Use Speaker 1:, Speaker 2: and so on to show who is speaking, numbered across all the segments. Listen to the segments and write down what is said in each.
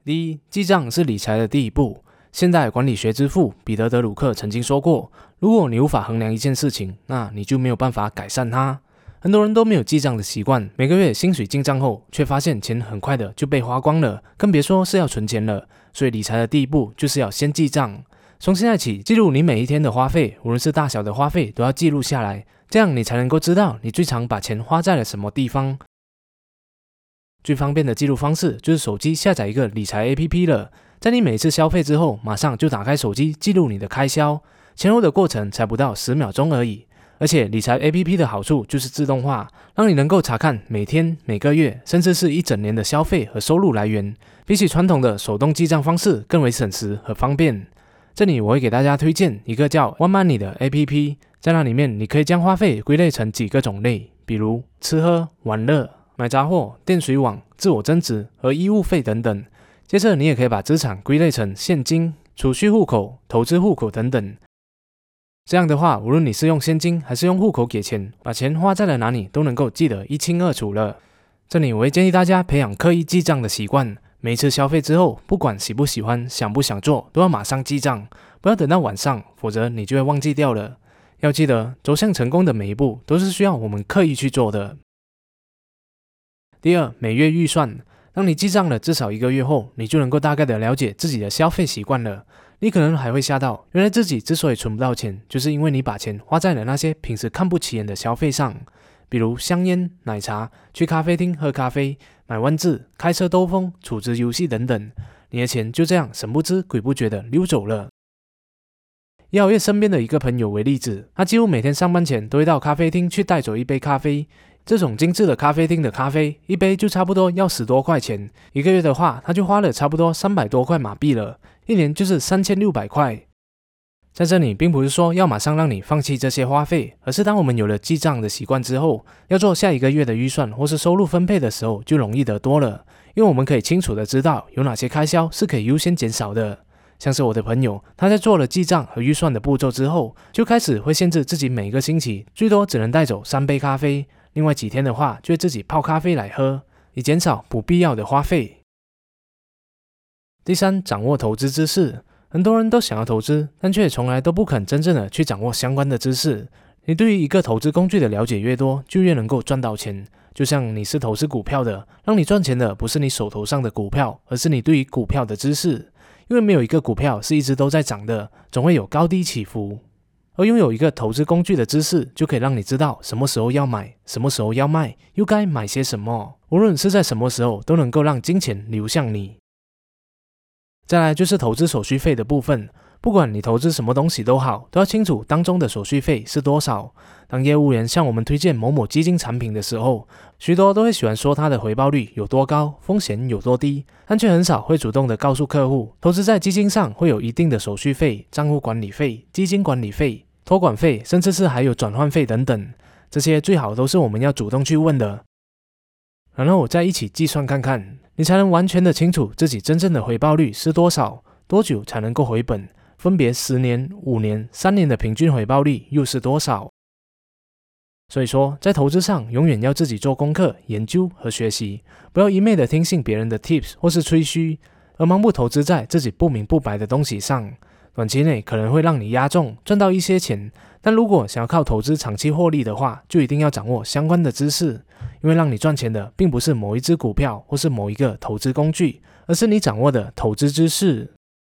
Speaker 1: 第一，记账是理财的第一步。现代管理学之父彼得·德鲁克曾经说过，如果你无法衡量一件事情，那你就没有办法改善它。很多人都没有记账的习惯，每个月薪水进账后，却发现钱很快的就被花光了，更别说是要存钱了。所以理财的第一步就是要先记账。从现在起，记录你每一天的花费，无论是大小的花费都要记录下来，这样你才能够知道你最常把钱花在了什么地方。最方便的记录方式就是手机下载一个理财 APP 了，在你每次消费之后，马上就打开手机记录你的开销，前后的过程才不到10秒钟而已。而且理财 APP 的好处就是自动化，让你能够查看每天、每个月，甚至是一整年的消费和收入来源，比起传统的手动记账方式更为省时和方便。这里我会给大家推荐一个叫 One Money 的 APP， 在那里面你可以将花费归类成几个种类，比如吃喝、玩乐、买杂货、电水网、自我增值和衣物费等等。接着你也可以把资产归类成现金、储蓄户口、投资户口等等。这样的话，无论你是用现金还是用户口给钱，把钱花在了哪里都能够记得一清二楚了。这里我会建议大家培养刻意记账的习惯，每一次消费之后，不管喜不喜欢、想不想做，都要马上记账，不要等到晚上，否则你就会忘记掉了。要记得，走向成功的每一步都是需要我们刻意去做的。第二，每月预算。当你记账了至少1个月后，你就能够大概的了解自己的消费习惯了。你可能还会吓到，原来自己之所以存不到钱，就是因为你把钱花在了那些平时看不起眼的消费上，比如香烟、奶茶、去咖啡厅喝咖啡、买万字、开车兜风、储值游戏等等，你的钱就这样神不知鬼不觉的溜走了。以熬夜身边的一个朋友为例子，他几乎每天上班前都会到咖啡厅去带走一杯咖啡。这种精致的咖啡厅的咖啡，一杯就差不多要10多块钱，1个月的话，他就花了差不多300多块马币了，一年就是3600块。在这里并不是说要马上让你放弃这些花费，而是当我们有了记账的习惯之后，要做下1个月的预算或是收入分配的时候就容易得多了，因为我们可以清楚的知道有哪些开销是可以优先减少的。像是我的朋友，他在做了记账和预算的步骤之后，就开始会限制自己每个星期最多只能带走3杯咖啡，另外几天的话就会自己泡咖啡来喝，以减少不必要的花费。第三，掌握投资知识。很多人都想要投资，但却从来都不肯真正的去掌握相关的知识。你对于一个投资工具的了解越多，就越能够赚到钱。就像你是投资股票的，让你赚钱的不是你手头上的股票，而是你对于股票的知识。因为没有一个股票是一直都在涨的，总会有高低起伏。而拥有一个投资工具的知识，就可以让你知道什么时候要买，什么时候要卖，又该买些什么。无论是在什么时候，都能够让金钱流向你。再来就是投资手续费的部分，不管你投资什么东西都好，都要清楚当中的手续费是多少。当业务员向我们推荐某某基金产品的时候，许多都会喜欢说它的回报率有多高，风险有多低，但却很少会主动的告诉客户，投资在基金上会有一定的手续费、账户管理费、基金管理费、托管费，甚至是还有转换费等等，这些最好都是我们要主动去问的。然后再一起计算看看，你才能完全的清楚自己真正的回报率是多少，多久才能够回本，分别10年、5年、3年的平均回报率又是多少。所以说，在投资上永远要自己做功课、研究和学习，不要一昧的听信别人的 tips 或是吹嘘，而盲目投资在自己不明不白的东西上。短期内可能会让你押中，赚到一些钱，但如果想要靠投资长期获利的话，就一定要掌握相关的知识，因为让你赚钱的并不是某一只股票或是某一个投资工具，而是你掌握的投资知识。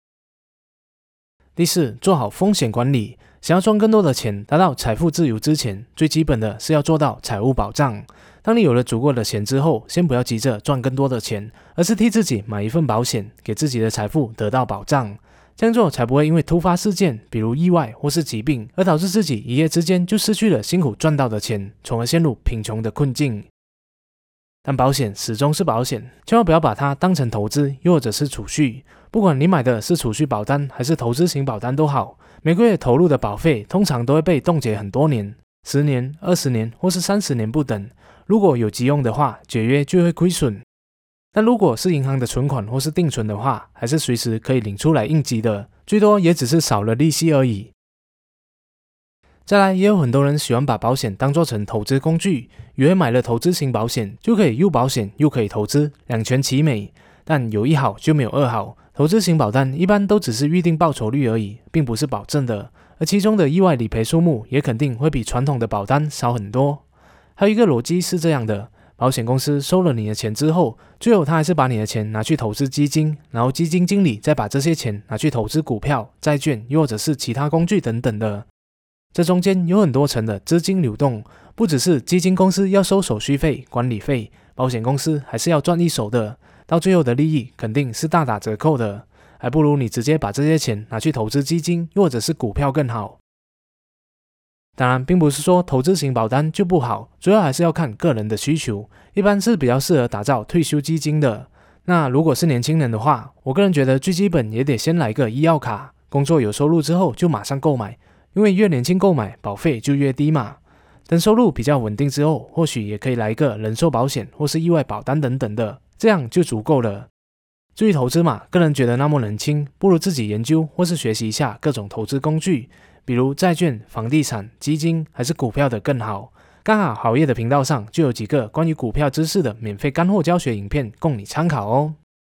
Speaker 1: 第四，做好风险管理。想要赚更多的钱，达到财富自由之前，最基本的是要做到财务保障。当你有了足够的钱之后，先不要急着赚更多的钱，而是替自己买一份保险，给自己的财富得到保障。这样做才不会因为突发事件，比如意外或是疾病，而导致自己一夜之间就失去了辛苦赚到的钱，从而陷入贫穷的困境。但保险始终是保险，千万不要把它当成投资，又或者是储蓄。不管你买的是储蓄保单还是投资型保单都好，每个月投入的保费通常都会被冻结很多年，10年、20年或是30年不等。如果有急用的话，解约就会亏损。但如果是银行的存款或是定存的话，还是随时可以领出来应急的，最多也只是少了利息而已。再来，也有很多人喜欢把保险当作成投资工具，以为买了投资型保险就可以又保险又可以投资，两全其美。 但有一好就没有二好，投资型保单一般都只是预定报酬率而已，并不是保证的，而其中的意外理赔数目也肯定会比传统的保单少很多。还有一个逻辑是这样的，保险公司收了你的钱之后，最后他还是把你的钱拿去投资基金，然后基金经理再把这些钱拿去投资股票、债券，又或者是其他工具等等的。这中间有很多层的资金流动，不只是基金公司要收手续费、管理费，保险公司还是要赚一手的，到最后的利益肯定是大打折扣的，还不如你直接把这些钱拿去投资基金，又或者是股票更好。当然，并不是说投资型保单就不好，主要还是要看个人的需求，一般是比较适合打造退休基金的。那如果是年轻人的话，我个人觉得最基本也得先来个医药卡，工作有收入之后就马上购买，因为越年轻购买，保费就越低嘛。等收入比较稳定之后，或许也可以来一个人寿保险或是意外保单等等的，这样就足够了。至于投资嘛，个人觉得那么冷清，不如自己研究或是学习一下各种投资工具，比如债券、房地产、基金还是股票的更好。刚好好业的频道上就有几个关于股票知识的免费干货教学影片供你参考哦。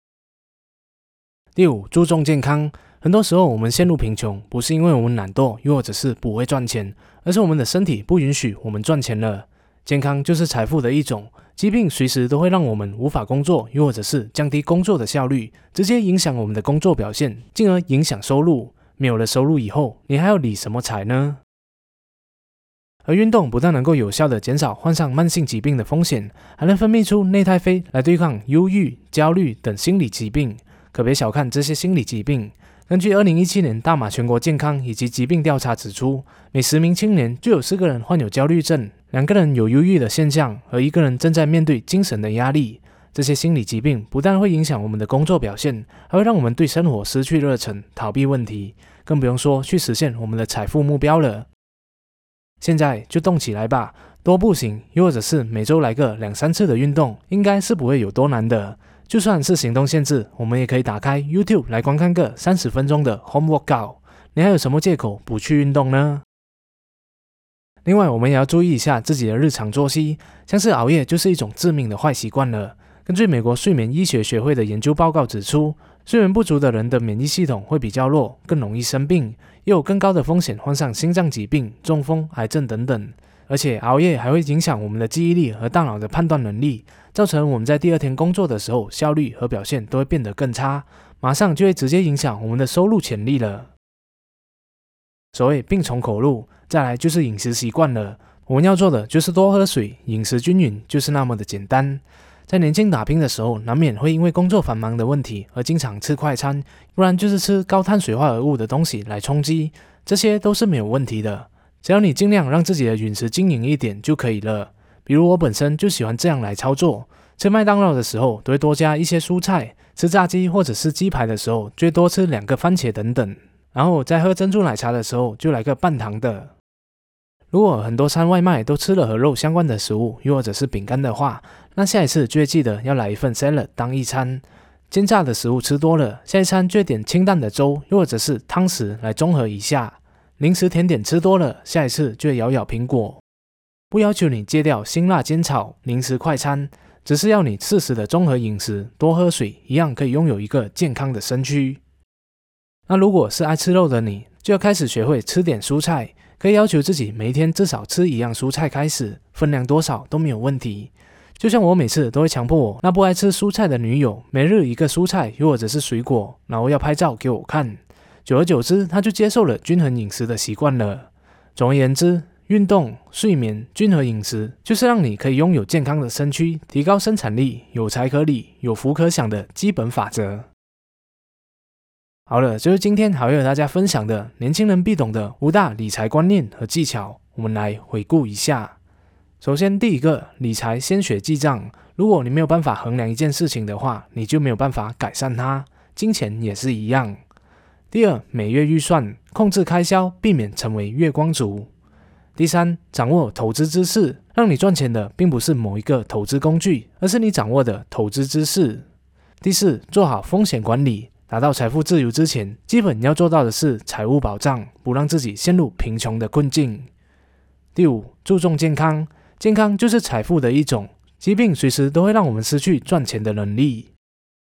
Speaker 1: 第五，注重健康。很多时候我们陷入贫穷，不是因为我们懒惰，又或者是不会赚钱，而是我们的身体不允许我们赚钱了。健康就是财富的一种，疾病随时都会让我们无法工作，又或者是降低工作的效率，直接影响我们的工作表现，进而影响收入。没有了收入以后，你还要理什么财呢？而运动不但能够有效的减少患上慢性疾病的风险，还能分泌出内啡肽来对抗忧郁、焦虑等心理疾病。可别小看这些心理疾病。根据2017年大马全国健康以及疾病调查指出，每10名青年就有4个人患有焦虑症，2个人有忧郁的现象，和1个人正在面对精神的压力。这些心理疾病不但会影响我们的工作表现，还会让我们对生活失去热忱，逃避问题，更不用说去实现我们的财富目标了。现在就动起来吧，多步行，又或者是每周来个2-3次的运动，应该是不会有多难的。就算是行动限制，我们也可以打开 YouTube 来观看个30分钟的 Home Workout。你还有什么借口不去运动呢？另外，我们也要注意一下自己的日常作息，像是熬夜就是一种致命的坏习惯了。根据美国睡眠医学学会的研究报告指出，睡眠不足的人的免疫系统会比较弱，更容易生病，也有更高的风险患上心脏疾病、中风、癌症等等。而且熬夜还会影响我们的记忆力和大脑的判断能力，造成我们在第二天工作的时候效率和表现都会变得更差，马上就会直接影响我们的收入潜力了。所谓病从口入，再来就是饮食习惯了。我们要做的就是多喝水，饮食均匀，就是那么的简单。在年轻打拼的时候，难免会因为工作繁忙的问题而经常吃快餐，不然就是吃高碳水化合物的东西来充饥，这些都是没有问题的。只要你尽量让自己的饮食经营一点就可以了。比如我本身就喜欢这样来操作，吃麦当劳的时候都会多加一些蔬菜，吃炸鸡或者是鸡排的时候就会多吃2个番茄等等，然后在喝珍珠奶茶的时候就来个半糖的。如果很多餐外卖都吃了和肉相关的食物，又或者是饼干的话，那下一次就会记得要来一份 salad 当一餐。煎炸的食物吃多了，下一餐就会点清淡的粥，又或者是汤匙来中和一下。零食甜点吃多了，下一次就会咬咬苹果。不要求你戒掉辛辣煎炒、零食快餐，只是要你适时的综合饮食，多喝水，一样可以拥有一个健康的身躯。那如果是爱吃肉的你，就要开始学会吃点蔬菜，可以要求自己每一天至少吃1样蔬菜开始，分量多少都没有问题。就像我每次都会强迫我那不爱吃蔬菜的女友，每日1个蔬菜又或者是水果，然后要拍照给我看。久而久之，他就接受了均衡饮食的习惯了。总而言之，运动、睡眠、均衡饮食，就是让你可以拥有健康的身躯，提高生产力，有财可理，有福可享的基本法则。好了，就是今天好友和大家分享的年轻人必懂的5大理财观念和技巧，我们来回顾一下。首先，第一个，理财先学记账。如果你没有办法衡量一件事情的话，你就没有办法改善它。金钱也是一样。第二，每月预算，控制开销，避免成为月光族。第三，掌握投资知识，让你赚钱的并不是某一个投资工具，而是你掌握的投资知识。第四，做好风险管理，达到财富自由之前，基本要做到的是财务保障，不让自己陷入贫穷的困境。第五，注重健康，健康就是财富的一种，疾病随时都会让我们失去赚钱的能力。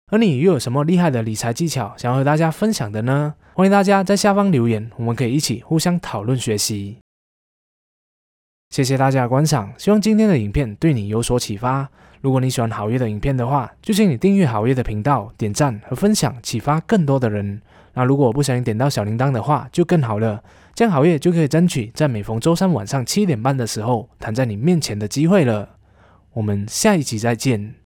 Speaker 1: 而你又有什么厉害的理财技巧想要和大家分享的呢？欢迎大家在下方留言，我们可以一起互相讨论学习。谢谢大家的观赏，希望今天的影片对你有所启发。如果你喜欢好业的影片的话，就请你订阅好业的频道，点赞和分享，启发更多的人。那如果不小心点到小铃铛的话，就更好了，这样好业就可以争取在每逢周三晚上7点半的时候弹在你面前的机会了。我们下一集再见。